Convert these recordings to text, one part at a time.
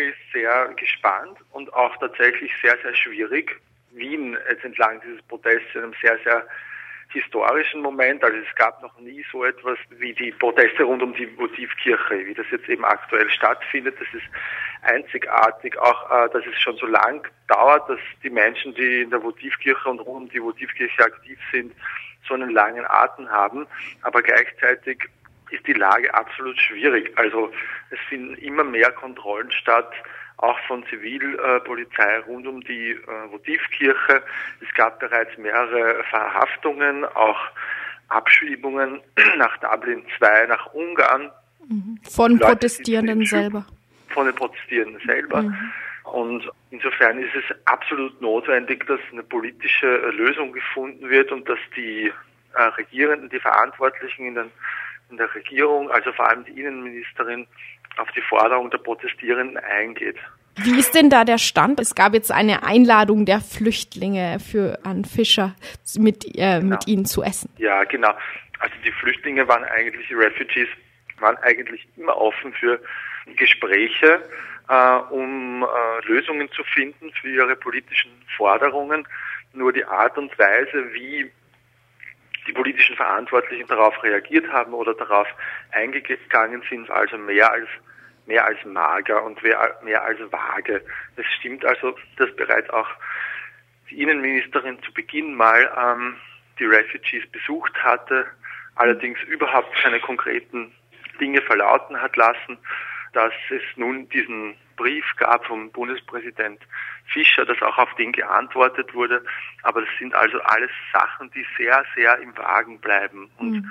Lage ist sehr gespannt und auch tatsächlich sehr, sehr schwierig. Wien jetzt entlang dieses Protests in einem sehr, sehr historischen Moment. Also es gab noch nie so etwas wie die Proteste rund um die Votivkirche, wie das jetzt eben aktuell stattfindet. Das ist einzigartig, auch dass es schon so lang dauert, dass die Menschen, die in der Votivkirche und rund um die Votivkirche aktiv sind, so einen langen Atem haben. Aber gleichzeitig ist die Lage absolut schwierig. Also es finden immer mehr Kontrollen statt, auch von Zivilpolizei rund um die Votivkirche. Es gab bereits mehrere Verhaftungen, auch Abschiebungen nach Dublin 2, nach Ungarn. Von Protestierenden selber. Von den Protestierenden selber. Und insofern ist es absolut notwendig, dass eine politische Lösung gefunden wird und dass die Regierenden, die Verantwortlichen in der Regierung, also vor allem die Innenministerin, auf die Forderung der Protestierenden eingeht. Wie ist denn da der Stand? Es gab jetzt eine Einladung der Flüchtlinge an Fischer mit ihnen zu essen. Ja, genau. Also die Flüchtlinge die Refugees waren eigentlich immer offen für Gespräche, um Lösungen zu finden für ihre politischen Forderungen. Nur die Art und Weise, wie die politischen Verantwortlichen darauf reagiert haben oder darauf eingegangen sind, also mehr als mager und mehr als vage. Es stimmt also, dass bereits auch die Innenministerin zu Beginn mal die Refugees besucht hatte, allerdings überhaupt keine konkreten Dinge verlauten hat lassen, dass es nun diesen Brief gab vom Bundespräsident Fischer, dass auch auf den geantwortet wurde. Aber das sind also alles Sachen, die sehr, sehr im Wagen bleiben und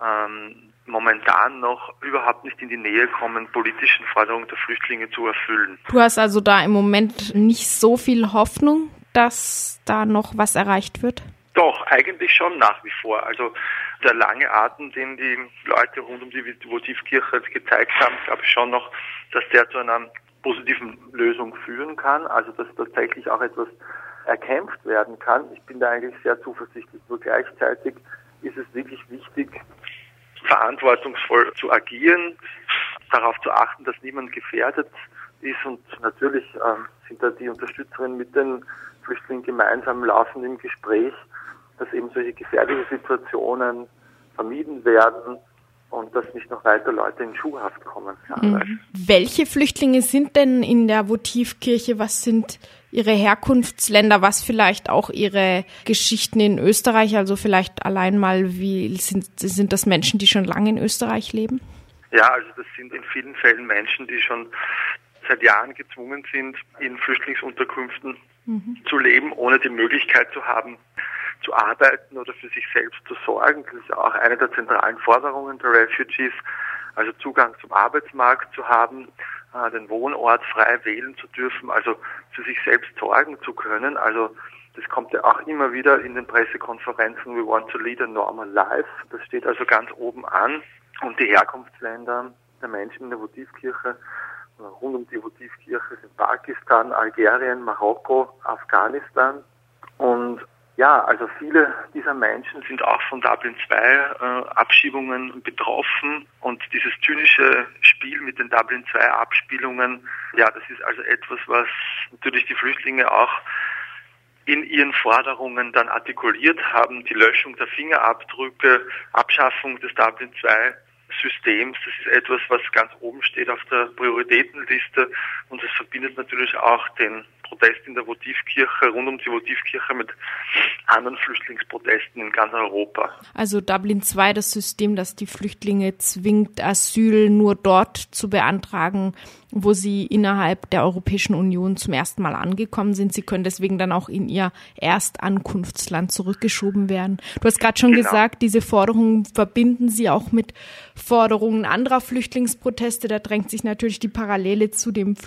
momentan noch überhaupt nicht in die Nähe kommen, politischen Forderungen der Flüchtlinge zu erfüllen. Du hast also da im Moment nicht so viel Hoffnung, dass da noch was erreicht wird? Doch, eigentlich schon nach wie vor. Also der lange Atem, den die Leute rund um die Votivkirche gezeigt haben, glaube ich schon noch, dass der zu einer positiven Lösung führen kann, also dass tatsächlich auch etwas erkämpft werden kann. Ich bin da eigentlich sehr zuversichtlich. Nur gleichzeitig ist es wirklich wichtig, verantwortungsvoll zu agieren, darauf zu achten, dass niemand gefährdet ist und natürlich sind da die Unterstützerinnen mit den Flüchtlingen gemeinsam laufend im Gespräch, dass eben solche gefährlichen Situationen vermieden werden und dass nicht noch weiter Leute in Schuhhaft kommen. Welche Flüchtlinge sind denn in der Votivkirche? Was sind ihre Herkunftsländer? Was vielleicht auch ihre Geschichten in Österreich? Also vielleicht allein mal, wie sind das Menschen, die schon lange in Österreich leben? Ja, also das sind in vielen Fällen Menschen, die schon seit Jahren gezwungen sind, in Flüchtlingsunterkünften zu leben, ohne die Möglichkeit zu haben, zu arbeiten oder für sich selbst zu sorgen. Das ist ja auch eine der zentralen Forderungen der Refugees, also Zugang zum Arbeitsmarkt zu haben, den Wohnort frei wählen zu dürfen, also für sich selbst sorgen zu können. Also das kommt ja auch immer wieder in den Pressekonferenzen, we want to lead a normal life. Das steht also ganz oben an. Und die Herkunftsländer der Menschen in der Votivkirche, rund um die Votivkirche sind Pakistan, Algerien, Marokko, Afghanistan. Und ja, also viele dieser Menschen sind auch von Dublin 2 Abschiebungen betroffen und dieses zynische Spiel mit den Dublin 2 Abspielungen, ja, das ist also etwas, was natürlich die Flüchtlinge auch in ihren Forderungen dann artikuliert haben, die Löschung der Fingerabdrücke, Abschaffung des Dublin 2 Systems, das ist etwas, was ganz oben steht auf der Prioritätenliste und es verbindet natürlich auch den Protest in der Votivkirche, rund um die Votivkirche mit anderen Flüchtlingsprotesten in ganz Europa. Also Dublin 2, das System, das die Flüchtlinge zwingt, Asyl nur dort zu beantragen, wo sie innerhalb der Europäischen Union zum ersten Mal angekommen sind. Sie können deswegen dann auch in ihr Erstankunftsland zurückgeschoben werden. Du hast gerade schon gesagt, diese Forderungen verbinden sie auch mit Forderungen anderer Flüchtlingsproteste. Da drängt sich natürlich die Parallele zu dem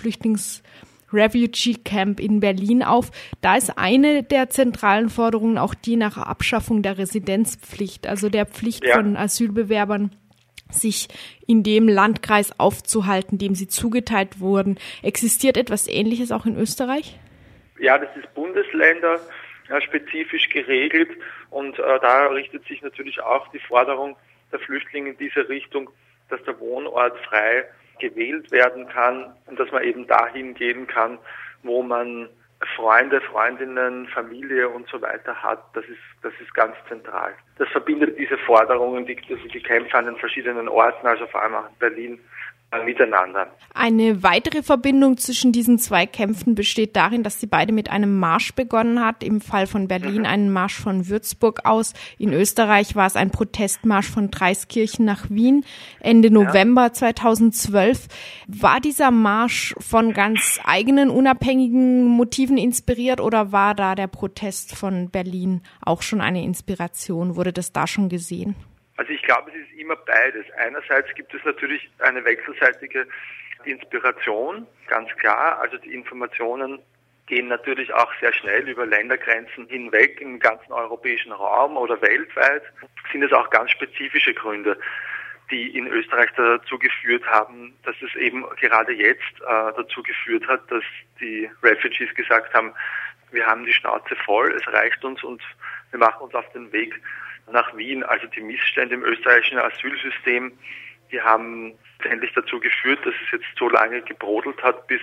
Refugee Camp in Berlin auf. Da ist eine der zentralen Forderungen auch die nach Abschaffung der Residenzpflicht, also der Pflicht von Asylbewerbern, sich in dem Landkreis aufzuhalten, dem sie zugeteilt wurden. Existiert etwas Ähnliches auch in Österreich? Ja, das ist bundesländerspezifisch geregelt und da richtet sich natürlich auch die Forderung der Flüchtlinge in diese Richtung, dass der Wohnort frei gewählt werden kann und dass man eben dahin gehen kann, wo man Freunde, Freundinnen, Familie und so weiter hat. Das ist ganz zentral. Das verbindet diese Forderungen, die kämpfen an den verschiedenen Orten, also vor allem auch in Berlin, miteinander. Eine weitere Verbindung zwischen diesen zwei Kämpfen besteht darin, dass sie beide mit einem Marsch begonnen hat. Im Fall von Berlin einen Marsch von Würzburg aus. In Österreich war es ein Protestmarsch von Dreiskirchen nach Wien Ende November 2012. War dieser Marsch von ganz eigenen, unabhängigen Motiven inspiriert oder war da der Protest von Berlin auch schon eine Inspiration? Wurde das da schon gesehen? Also ich glaube, es ist immer beides. Einerseits gibt es natürlich eine wechselseitige Inspiration, ganz klar. Also die Informationen gehen natürlich auch sehr schnell über Ländergrenzen hinweg im ganzen europäischen Raum oder weltweit. Sind es auch ganz spezifische Gründe, die in Österreich dazu geführt haben, dass es eben gerade jetzt dazu geführt hat, dass die Refugees gesagt haben, wir haben die Schnauze voll, es reicht uns und wir machen uns auf den Weg nach Wien. Also die Missstände im österreichischen Asylsystem, die haben letztendlich dazu geführt, dass es jetzt so lange gebrodelt hat, bis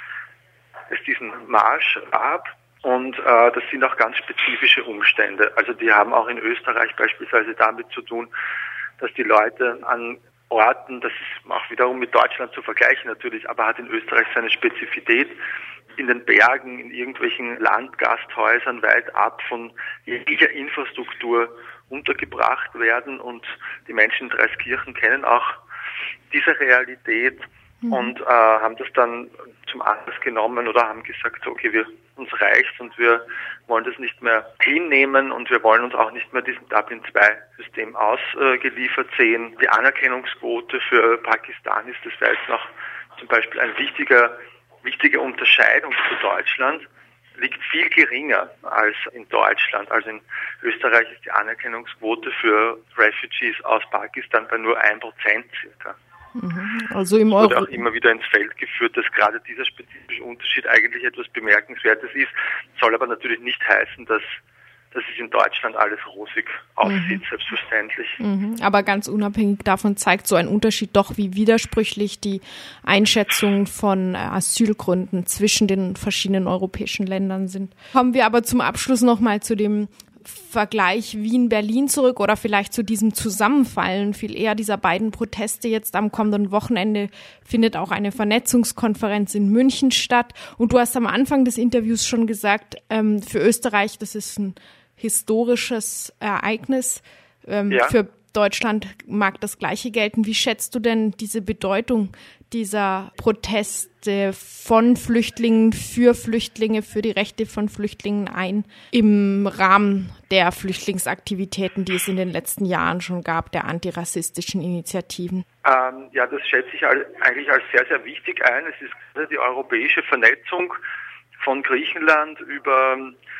es diesen Marsch gab. Und das sind auch ganz spezifische Umstände. Also die haben auch in Österreich beispielsweise damit zu tun, dass die Leute an Orten, das ist auch wiederum mit Deutschland zu vergleichen natürlich, aber hat in Österreich seine Spezifität, in den Bergen, in irgendwelchen Landgasthäusern weit ab von jeglicher Infrastruktur untergebracht werden. Und die Menschen in Dreiskirchen kennen auch diese Realität und haben das dann zum Anlass genommen oder haben gesagt, okay, uns reicht's und wir wollen das nicht mehr hinnehmen und wir wollen uns auch nicht mehr diesem Dublin-II-System ausgeliefert sehen. Die Anerkennungsquote für Pakistanis, das wäre jetzt noch zum Beispiel ein wichtige Unterscheidung zu Deutschland, liegt viel geringer als in Deutschland. Also in Österreich ist die Anerkennungsquote für Refugees aus Pakistan bei nur 1% circa. Also im Wurde auch immer wieder ins Feld geführt, dass gerade dieser spezifische Unterschied eigentlich etwas Bemerkenswertes ist, soll aber natürlich nicht heißen, dass es in Deutschland alles rosig aussieht, selbstverständlich. Aber ganz unabhängig davon zeigt so ein Unterschied doch, wie widersprüchlich die Einschätzung von Asylgründen zwischen den verschiedenen europäischen Ländern sind. Kommen wir aber zum Abschluss nochmal zu dem Vergleich Wien-Berlin zurück oder vielleicht zu diesem Zusammenfallen viel eher dieser beiden Proteste. Jetzt am kommenden Wochenende findet auch eine Vernetzungskonferenz in München statt. Und du hast am Anfang des Interviews schon gesagt, für Österreich, das ist ein historisches Ereignis. Für Deutschland mag das Gleiche gelten. Wie schätzt du denn diese Bedeutung dieser Proteste von Flüchtlingen für Flüchtlinge, für die Rechte von Flüchtlingen ein im Rahmen der Flüchtlingsaktivitäten, die es in den letzten Jahren schon gab, der antirassistischen Initiativen? Das schätze ich eigentlich als sehr, sehr wichtig ein. Es ist die europäische Vernetzung von Griechenland über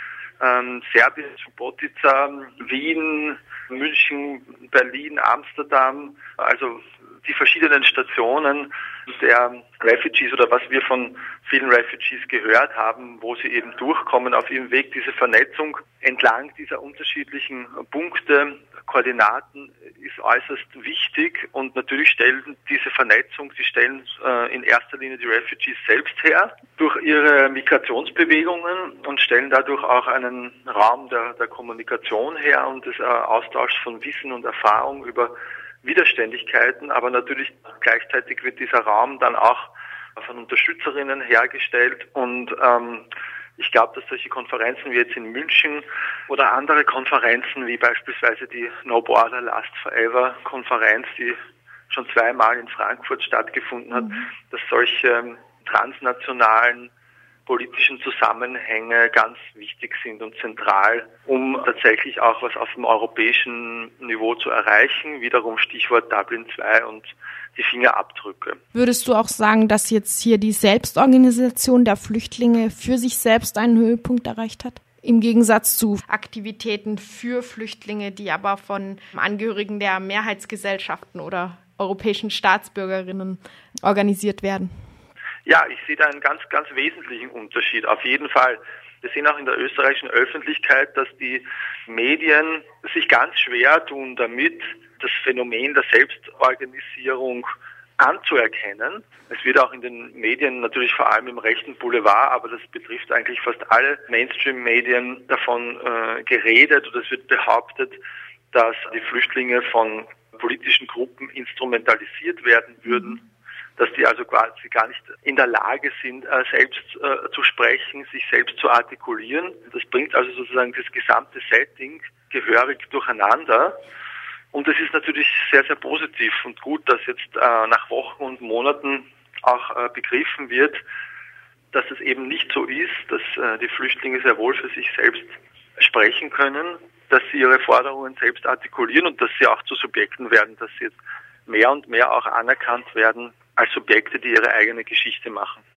Serbien, Subotica, Wien, München, Berlin, Amsterdam, also die verschiedenen Stationen der Refugees oder was wir von vielen Refugees gehört haben, wo sie eben durchkommen auf ihrem Weg, diese Vernetzung entlang dieser unterschiedlichen Punkte, Koordinaten ist äußerst wichtig und natürlich stellen diese Vernetzung, sie stellen in erster Linie die Refugees selbst her durch ihre Migrationsbewegungen und stellen dadurch auch einen Raum der Kommunikation her und des Austauschs von Wissen und Erfahrung über Widerständigkeiten, aber natürlich gleichzeitig wird dieser Raum dann auch von Unterstützerinnen hergestellt und ich glaube, dass solche Konferenzen wie jetzt in München oder andere Konferenzen wie beispielsweise die No Border Last Forever Konferenz, die schon zweimal in Frankfurt stattgefunden hat, dass solche transnationalen politischen Zusammenhänge ganz wichtig sind und zentral, um tatsächlich auch was auf dem europäischen Niveau zu erreichen. Wiederum Stichwort Dublin II und die Fingerabdrücke. Würdest du auch sagen, dass jetzt hier die Selbstorganisation der Flüchtlinge für sich selbst einen Höhepunkt erreicht hat? Im Gegensatz zu Aktivitäten für Flüchtlinge, die aber von Angehörigen der Mehrheitsgesellschaften oder europäischen Staatsbürgerinnen organisiert werden. Ja, ich sehe da einen ganz, ganz wesentlichen Unterschied, auf jeden Fall. Wir sehen auch in der österreichischen Öffentlichkeit, dass die Medien sich ganz schwer tun damit, das Phänomen der Selbstorganisierung anzuerkennen. Es wird auch in den Medien, natürlich vor allem im rechten Boulevard, aber das betrifft eigentlich fast alle Mainstream-Medien, davon geredet, oder es wird behauptet, dass die Flüchtlinge von politischen Gruppen instrumentalisiert werden würden, dass die also quasi gar nicht in der Lage sind, selbst zu sprechen, sich selbst zu artikulieren. Das bringt also sozusagen das gesamte Setting gehörig durcheinander. Und es ist natürlich sehr, sehr positiv und gut, dass jetzt nach Wochen und Monaten auch begriffen wird, dass es eben nicht so ist, dass die Flüchtlinge sehr wohl für sich selbst sprechen können, dass sie ihre Forderungen selbst artikulieren und dass sie auch zu Subjekten werden, dass sie jetzt mehr und mehr auch anerkannt werden als Subjekte, die ihre eigene Geschichte machen.